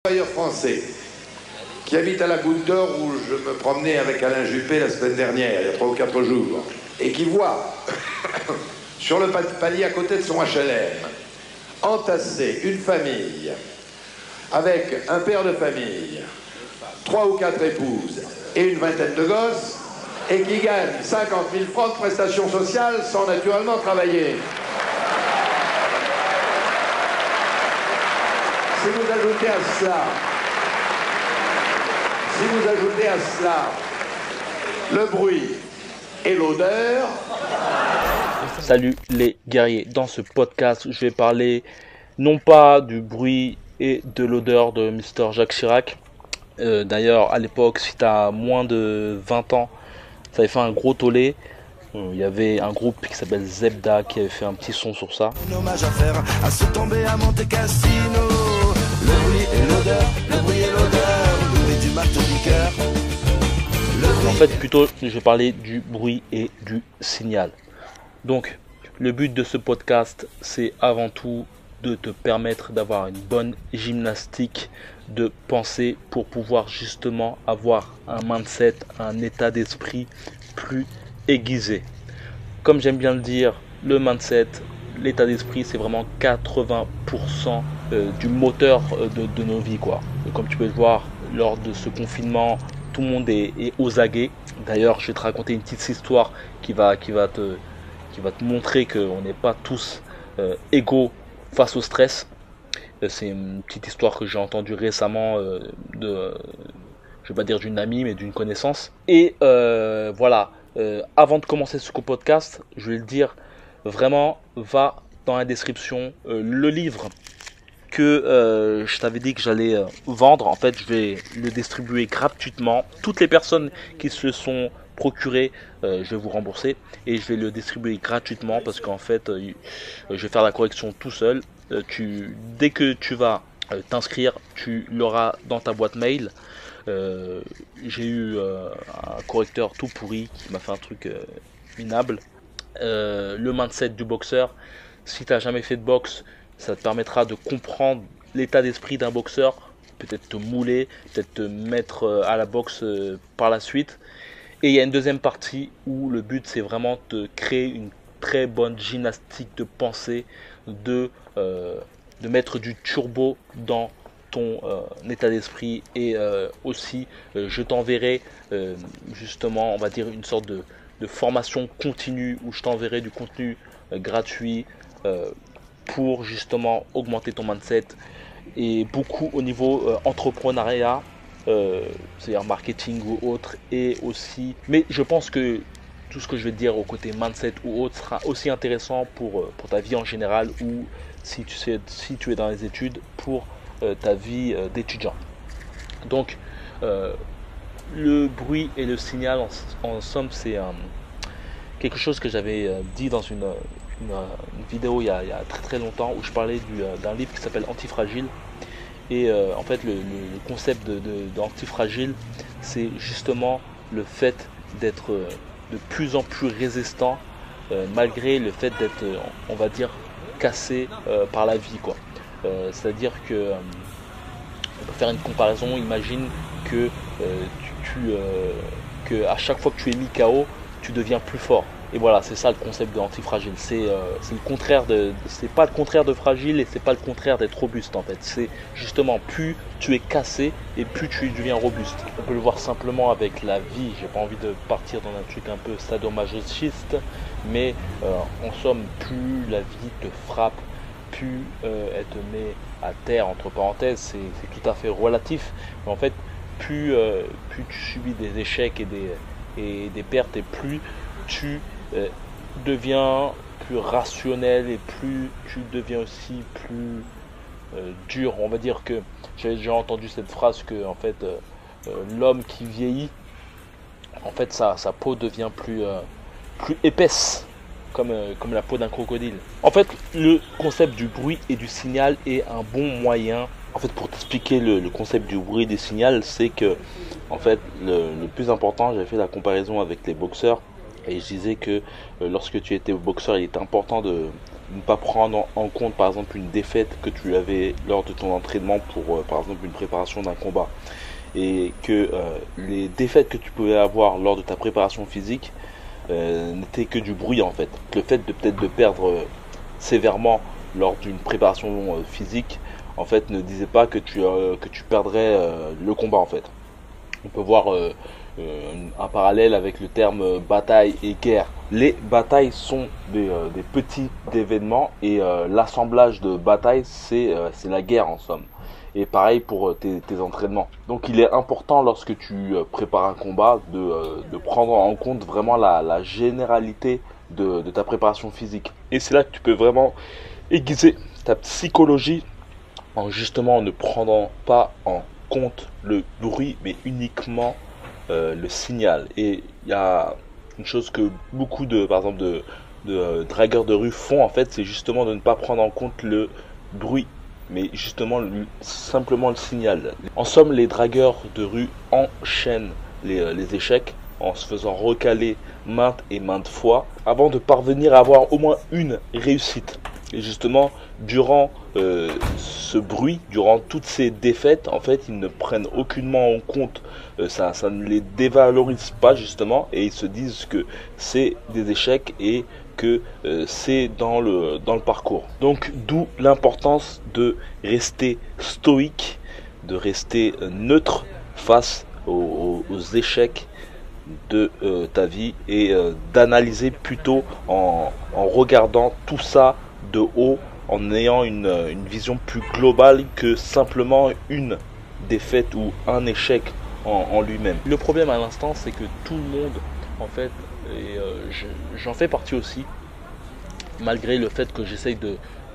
travailleur français qui habite à la Goutte d'Or où je me promenais avec Alain Juppé la semaine dernière, il y a 3 ou 4 jours, et qui voit sur le palier à côté de son HLM entasser une famille avec un père de famille, 3 ou 4 épouses et une vingtaine de gosses, et qui gagne 50 000 francs de prestations sociales sans naturellement travailler. Si vous ajoutez à cela le bruit et l'odeur. Salut les guerriers, dans ce podcast je vais parler non pas du bruit et de l'odeur de Mr Jacques Chirac. D'ailleurs à l'époque, si tu as moins de 20 ans, ça avait fait un gros tollé. Il y avait un groupe qui s'appelle Zebda qui avait fait un petit son sur ça. Un hommage à faire à se tomber à Monte Cassino. Le bruit et l'odeur, le bruit et l'odeur, le bruit du marteau piqueur. En fait, plutôt, je vais parler du bruit et du signal. Donc, le but de ce podcast, c'est avant tout de te permettre d'avoir une bonne gymnastique de pensée pour pouvoir justement avoir un mindset, un état d'esprit plus aiguisé. Comme j'aime bien le dire, le mindset, l'état d'esprit, c'est vraiment 80% du moteur de nos vies, quoi. Et comme tu peux le voir, lors de ce confinement, tout le monde est aux aguets. D'ailleurs, je vais te raconter une petite histoire qui va te montrer qu'on n'est pas tous égaux face au stress. C'est une petite histoire que j'ai entendue récemment je vais pas dire d'une amie, mais d'une connaissance. Et voilà, avant de commencer ce podcast, je vais le dire, vraiment, va dans la description, le livre que je t'avais dit que j'allais vendre. En fait, je vais le distribuer gratuitement. Toutes les personnes qui se sont procurées, je vais vous rembourser et je vais le distribuer gratuitement parce qu'en fait, je vais faire la correction tout seul. Dès que tu vas t'inscrire, tu l'auras dans ta boîte mail. J'ai eu un correcteur tout pourri qui m'a fait un truc minable. Le mindset du boxeur. Si tu n'as jamais fait de boxe, ça te permettra de comprendre l'état d'esprit d'un boxeur, peut-être te mouler, peut-être te mettre à la boxe par la suite. Et il y a une deuxième partie où le but c'est vraiment de créer une très bonne gymnastique de pensée, de mettre du turbo dans ton état d'esprit. Et aussi je t'enverrai justement, on va dire, une sorte de formation continue où je t'enverrai du contenu gratuit pour justement augmenter ton mindset et beaucoup au niveau entrepreneuriat, c'est-à-dire marketing ou autre, et aussi, mais je pense que tout ce que je vais te dire au côté mindset ou autre sera aussi intéressant pour ta vie en général, ou si tu es dans les études, pour ta vie d'étudiant. Donc le bruit et le signal en somme, c'est quelque chose que j'avais dit dans une vidéo il y a très très longtemps, où je parlais d'un livre qui s'appelle Antifragile. Et en fait le concept d'antifragile, c'est justement le fait d'être de plus en plus résistant malgré le fait d'être, on va dire, cassé par la vie, quoi. C'est-à-dire que on peut faire une comparaison. Imagine que que à chaque fois que tu es mis KO, tu deviens plus fort. Et voilà, c'est ça le concept de antifragile. C'est le contraire c'est pas le contraire de fragile et c'est pas le contraire d'être robuste en fait. C'est justement plus tu es cassé et plus tu deviens robuste. On peut le voir simplement avec la vie. J'ai pas envie de partir dans un truc un peu sadomasochiste, mais en somme, plus la vie te frappe, plus elle te met à terre, entre parenthèses, c'est tout à fait relatif. Mais en fait, plus tu subis des échecs et des pertes, et plus tu deviens plus rationnel, et plus tu deviens aussi plus dur. On va dire que j'ai déjà entendu cette phrase que en fait l'homme qui vieillit, en fait sa peau devient plus épaisse, comme la peau d'un crocodile. En fait, le concept du bruit et du signal est un bon moyen. En fait, pour t'expliquer le concept du bruit et du signal, c'est que en fait le plus important, j'avais fait la comparaison avec les boxeurs. Et je disais que lorsque tu étais boxeur, il était important de ne pas prendre en compte par exemple une défaite que tu avais lors de ton entraînement pour par exemple une préparation d'un combat. Et que les défaites que tu pouvais avoir lors de ta préparation physique n'étaient que du bruit en fait. Le fait de peut-être de perdre sévèrement lors d'une préparation physique en fait ne disait pas que tu perdrais le combat en fait. On peut voir un parallèle avec le terme bataille et guerre. Les batailles sont des petits événements et l'assemblage de batailles c'est la guerre en somme. Et pareil pour tes entraînements. Donc il est important lorsque tu prépares un combat de prendre en compte vraiment la généralité de ta préparation physique. Et c'est là que tu peux vraiment aiguiser ta psychologie en justement ne prenant pas en compte le bruit mais uniquement le signal. Et il y a une chose que beaucoup par exemple de dragueurs de rue font en fait, c'est justement de ne pas prendre en compte le bruit mais justement simplement le signal. En somme, les dragueurs de rue enchaînent les échecs en se faisant recaler maintes et maintes fois avant de parvenir à avoir au moins une réussite. Et justement, durant ce bruit, durant toutes ces défaites, en fait, ils ne prennent aucunement en compte, ça ne les dévalorise pas justement, et ils se disent que c'est des échecs et que c'est dans le parcours. Donc d'où l'importance de rester stoïque, de rester neutre face aux échecs de ta vie et d'analyser plutôt en regardant tout ça de haut, en ayant une vision plus globale que simplement une défaite ou un échec en lui-même. Le problème à l'instant, c'est que tout le monde en fait, et j'en fais partie aussi, malgré le fait que j'essaye de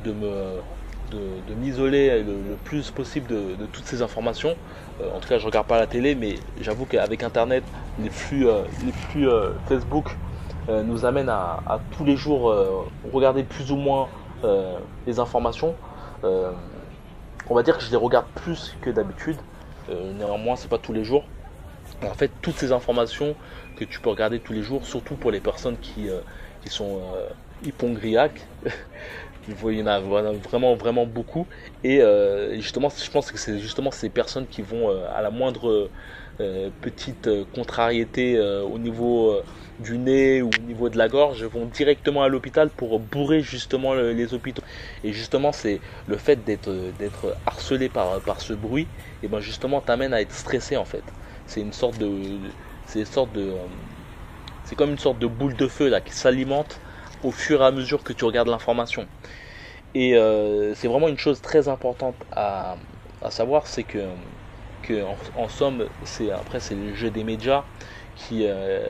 m'isoler le plus possible de toutes ces informations. En tout cas, je regarde pas la télé, mais j'avoue qu'avec Internet, les flux Facebook nous amènent à tous les jours regarder plus ou moins les informations. On va dire que je les regarde plus que d'habitude. Néanmoins, c'est pas tous les jours. En fait, toutes ces informations que tu peux regarder tous les jours, surtout pour les personnes qui sont hypongriaques, il y en a vraiment beaucoup. Et justement, je pense que c'est justement ces personnes qui vont à la moindre petite contrariété au niveau du nez ou au niveau de la gorge, vont directement à l'hôpital pour bourrer justement les hôpitaux. Et justement, c'est le fait d'être harcelé par ce bruit, et ben justement t'amène à être stressé en fait. C'est comme une sorte de boule de feu là qui s'alimente au fur et à mesure que tu regardes l'information. Et c'est vraiment une chose très importante à savoir, c'est que en somme, c'est le jeu des médias qui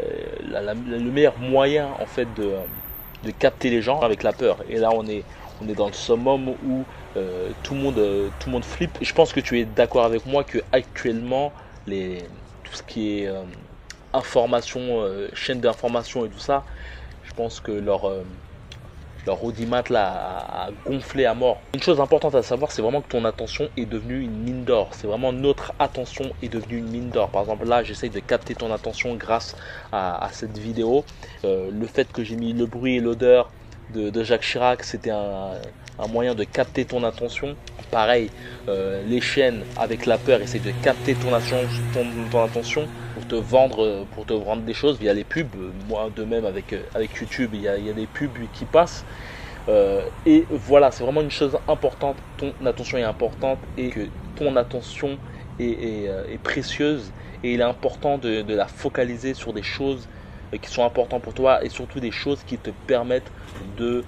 le meilleur moyen en fait de capter les gens avec la peur. Et là on est dans le summum où tout le monde flippe. Et je pense que tu es d'accord avec moi que actuellement tout ce qui est information, chaîne d'information et tout ça, je pense que leur audimat là a gonflé à mort. Une chose importante à savoir, c'est vraiment que ton attention est devenue une mine d'or. C'est vraiment notre attention est devenue une mine d'or. Par exemple là, j'essaye de capter ton attention grâce à cette vidéo. Le fait que j'ai mis le bruit et l'odeur de Jacques Chirac, c'était un moyen de capter ton attention. Pareil, les chaînes avec la peur essayent de capter ton attention pour te vendre des choses via les pubs. Moi de même avec YouTube, il y a des pubs qui passent. Et voilà, c'est vraiment une chose importante. Ton attention est importante et que ton attention est précieuse, et il est important de la focaliser sur des choses qui sont importantes pour toi, et surtout des choses qui te permettent de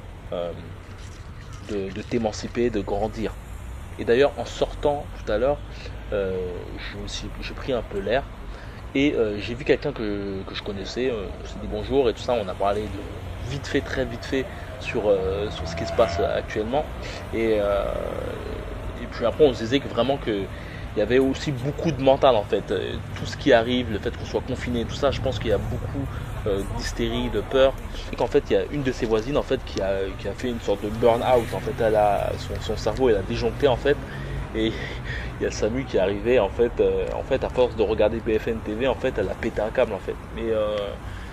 t'émanciper, de grandir. Et d'ailleurs, en sortant tout à l'heure, j'ai pris un peu l'air, et j'ai vu quelqu'un que je connaissais. Je me suis dit bonjour et tout ça. On a parlé très vite fait sur ce qui se passe actuellement, et puis après on se disait que vraiment que il y avait aussi beaucoup de mental en fait. Tout ce qui arrive, le fait qu'on soit confiné, tout ça, je pense qu'il y a beaucoup d'hystérie, de peur. Et qu'en fait, il y a une de ses voisines en fait qui a fait une sorte de burn-out. En fait, son cerveau il a déjoncté en fait. Et il y a Samu qui est arrivé en fait à force de regarder BFM TV, en fait, elle a pété un câble en fait. Mais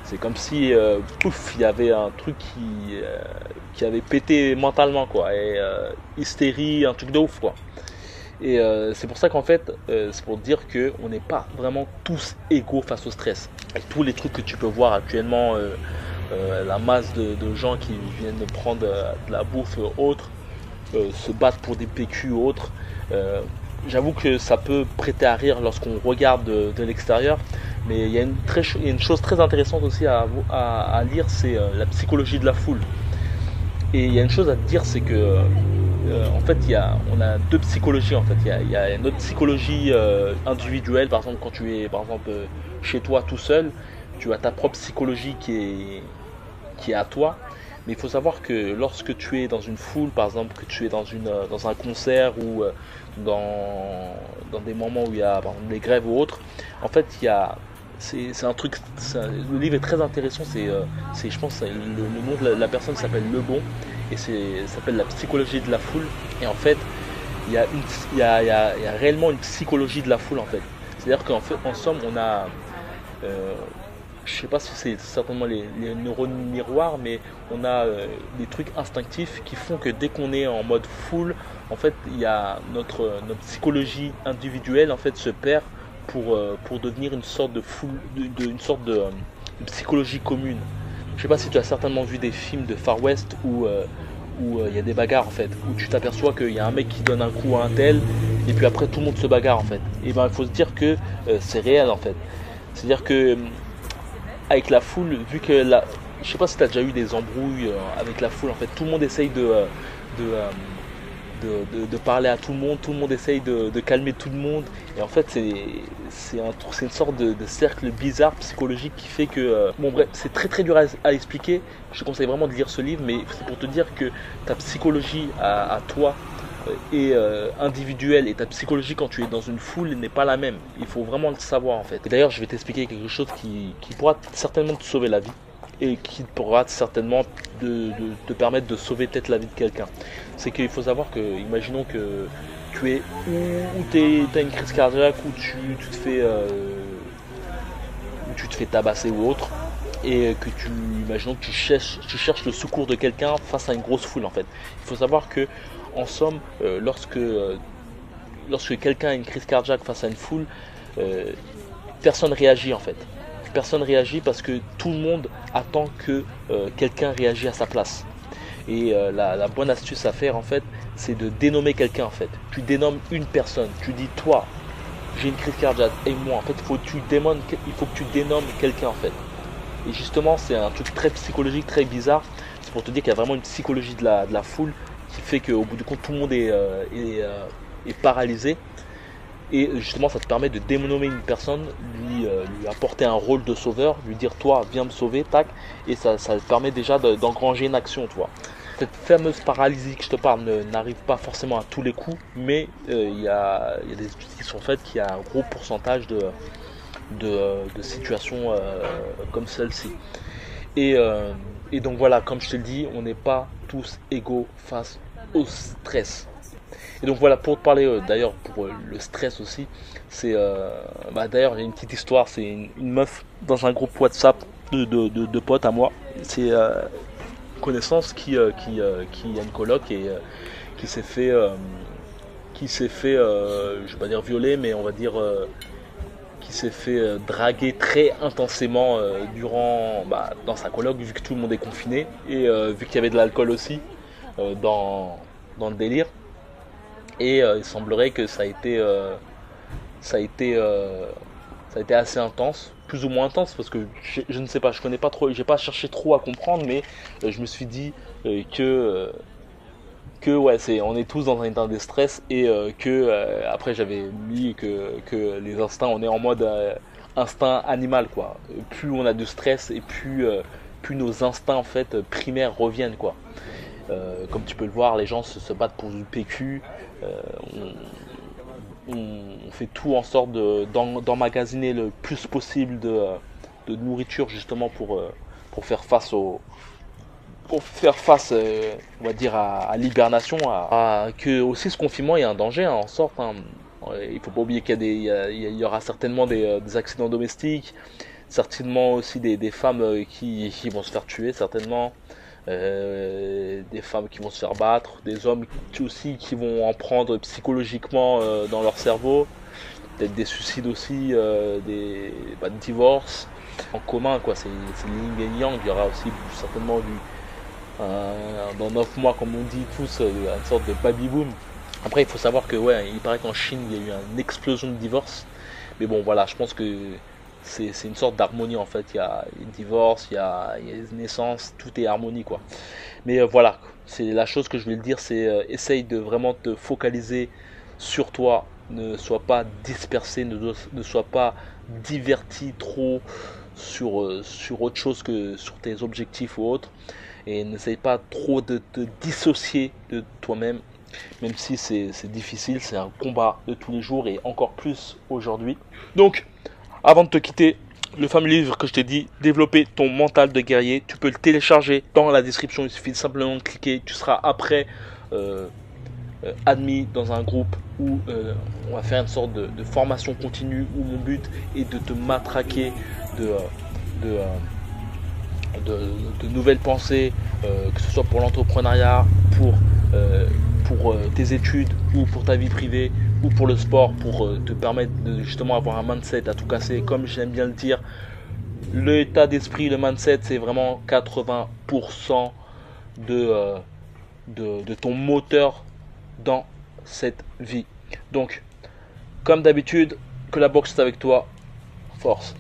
C'est comme si, pouf, il y avait un truc qui avait pété mentalement, quoi. Et hystérie, un truc de ouf, quoi. Et c'est pour ça qu'en fait, c'est pour dire qu'on n'est pas vraiment tous égaux face au stress. Et tous les trucs que tu peux voir actuellement, la masse de gens qui viennent de prendre de la bouffe autre, se battre pour des PQ autres, j'avoue que ça peut prêter à rire lorsqu'on regarde de l'extérieur, mais il y a une chose très intéressante aussi à lire, c'est la psychologie de la foule. Et il y a une chose à te dire, c'est que en fait, on a deux psychologies. En fait, il y a notre psychologie individuelle. Par exemple, quand tu es chez toi tout seul, tu as ta propre psychologie qui est à toi. Mais il faut savoir que lorsque tu es dans une foule, par exemple, que tu es dans un concert ou dans des moments où il y a par exemple, des grèves ou autres, en fait, c'est un truc. Le livre est très intéressant. Je pense, le nom de la personne s'appelle Lebon et ça s'appelle La psychologie de la foule. Et en fait, il y a réellement une psychologie de la foule en fait. C'est-à-dire qu'en somme, on a je sais pas si c'est certainement les neurones miroirs, mais on a des trucs instinctifs qui font que dès qu'on est en mode full, en fait, il y a notre psychologie individuelle en fait se perd pour devenir une sorte de de psychologie commune. Je sais pas si tu as certainement vu des films de Far West où il y a des bagarres en fait, où tu t'aperçois qu'il y a un mec qui donne un coup à un tel, et puis après tout le monde se bagarre en fait. Et ben il faut se dire que c'est réel en fait. C'est-à-dire que avec la foule, vu que je sais pas si tu as déjà eu des embrouilles avec la foule, en fait, tout le monde essaye de parler à tout le monde essaye de calmer tout le monde, et en fait c'est une sorte de cercle bizarre psychologique qui fait que, bon bref, c'est très très dur à expliquer, je te conseille vraiment de lire ce livre, mais c'est pour te dire que ta psychologie à toi et individuelle et ta psychologie quand tu es dans une foule n'est pas la même. Il faut vraiment le savoir en fait. Et d'ailleurs, je vais t'expliquer quelque chose qui pourra certainement te sauver la vie et qui pourra certainement te permettre de sauver peut-être la vie de quelqu'un. C'est qu'il faut savoir que, imaginons que tu es où tu as une crise cardiaque, où tu te fais tabasser ou autre, et que imaginons que tu cherches le secours de quelqu'un face à une grosse foule en fait. Il faut savoir que en somme, lorsque quelqu'un a une crise cardiaque face à une foule, personne réagit en fait. Personne réagit parce que tout le monde attend que quelqu'un réagisse à sa place. Et la bonne astuce à faire en fait, c'est de dénommer quelqu'un en fait. Tu dénommes une personne, tu dis toi, j'ai une crise cardiaque et moi en fait, il faut que tu dénommes quelqu'un en fait. Et justement, c'est un truc très psychologique, très bizarre. C'est pour te dire qu'il y a vraiment une psychologie de la foule qui fait qu'au bout du compte tout le monde est paralysé, et justement ça te permet de dénommer une personne, lui apporter un rôle de sauveur, lui dire toi viens me sauver, tac, et ça te permet déjà d'engranger une action, tu vois. Cette fameuse paralysie que je te parle n'arrive pas forcément à tous les coups, mais il y a des études qui sont faites qu'il y a un gros pourcentage de situations comme celle-ci. Et donc voilà, comme je te le dis, on n'est pas tous égaux face au stress. Et donc voilà, pour te parler d'ailleurs pour le stress aussi, c'est d'ailleurs il y a une petite histoire, c'est une meuf dans un groupe WhatsApp de potes à moi. C'est une connaissance qui a une coloc et qui s'est fait, je vais pas dire violer, mais on va dire qui s'est fait draguer très intensément dans sa coloc, vu que tout le monde est confiné et vu qu'il y avait de l'alcool aussi dans le délire. Et il semblerait que ça a été assez intense, plus ou moins intense, parce que je ne sais pas, je connais pas trop, j'ai pas cherché trop à comprendre, mais je me suis dit que ouais, on est tous dans un état de stress, et après j'avais mis que les instincts, on est en mode instinct animal quoi. Plus on a de stress et plus nos instincts en fait primaires reviennent quoi. Comme tu peux le voir, les gens se battent pour du PQ. On fait tout en sorte d'emmagasiner le plus possible de nourriture justement pour faire face on va dire à l'hibernation, que aussi ce confinement il y a un danger en sorte. Il faut pas oublier qu'il y aura certainement des accidents domestiques, certainement aussi des femmes qui vont se faire tuer, certainement. Des femmes qui vont se faire battre, des hommes aussi qui vont en prendre psychologiquement dans leur cerveau, peut-être des suicides aussi, des divorces en commun, quoi. C'est yin et yang. Il y aura aussi certainement dans 9 mois, comme on dit tous, une sorte de baby boom. Après, il faut savoir que il paraît qu'en Chine il y a eu une explosion de divorces, mais bon, voilà, je pense que c'est une sorte d'harmonie en fait. Il y a les divorces, il y a les naissances, tout est harmonie, quoi. Mais voilà, c'est la chose que je voulais te dire, c'est essaye de vraiment te focaliser sur toi, ne sois pas dispersé, ne sois pas diverti trop sur autre chose que sur tes objectifs ou autres, et n'essaye pas trop de te dissocier de toi-même, même si c'est difficile, c'est un combat de tous les jours et encore plus aujourd'hui. Donc, avant de te quitter, le fameux livre que je t'ai dit, Développer ton mental de guerrier, tu peux le télécharger dans la description, il suffit simplement de cliquer, tu seras après admis dans un groupe où on va faire une sorte de formation continue, où mon but est de te matraquer de nouvelles pensées, que ce soit pour l'entrepreneuriat, pour tes études ou pour ta vie privée ou pour le sport, pour te permettre de justement avoir un mindset à tout casser. Comme j'aime bien le dire, l'état d'esprit, le mindset, c'est vraiment 80% de ton moteur dans cette vie. Donc, comme d'habitude, que la boxe est avec toi, force.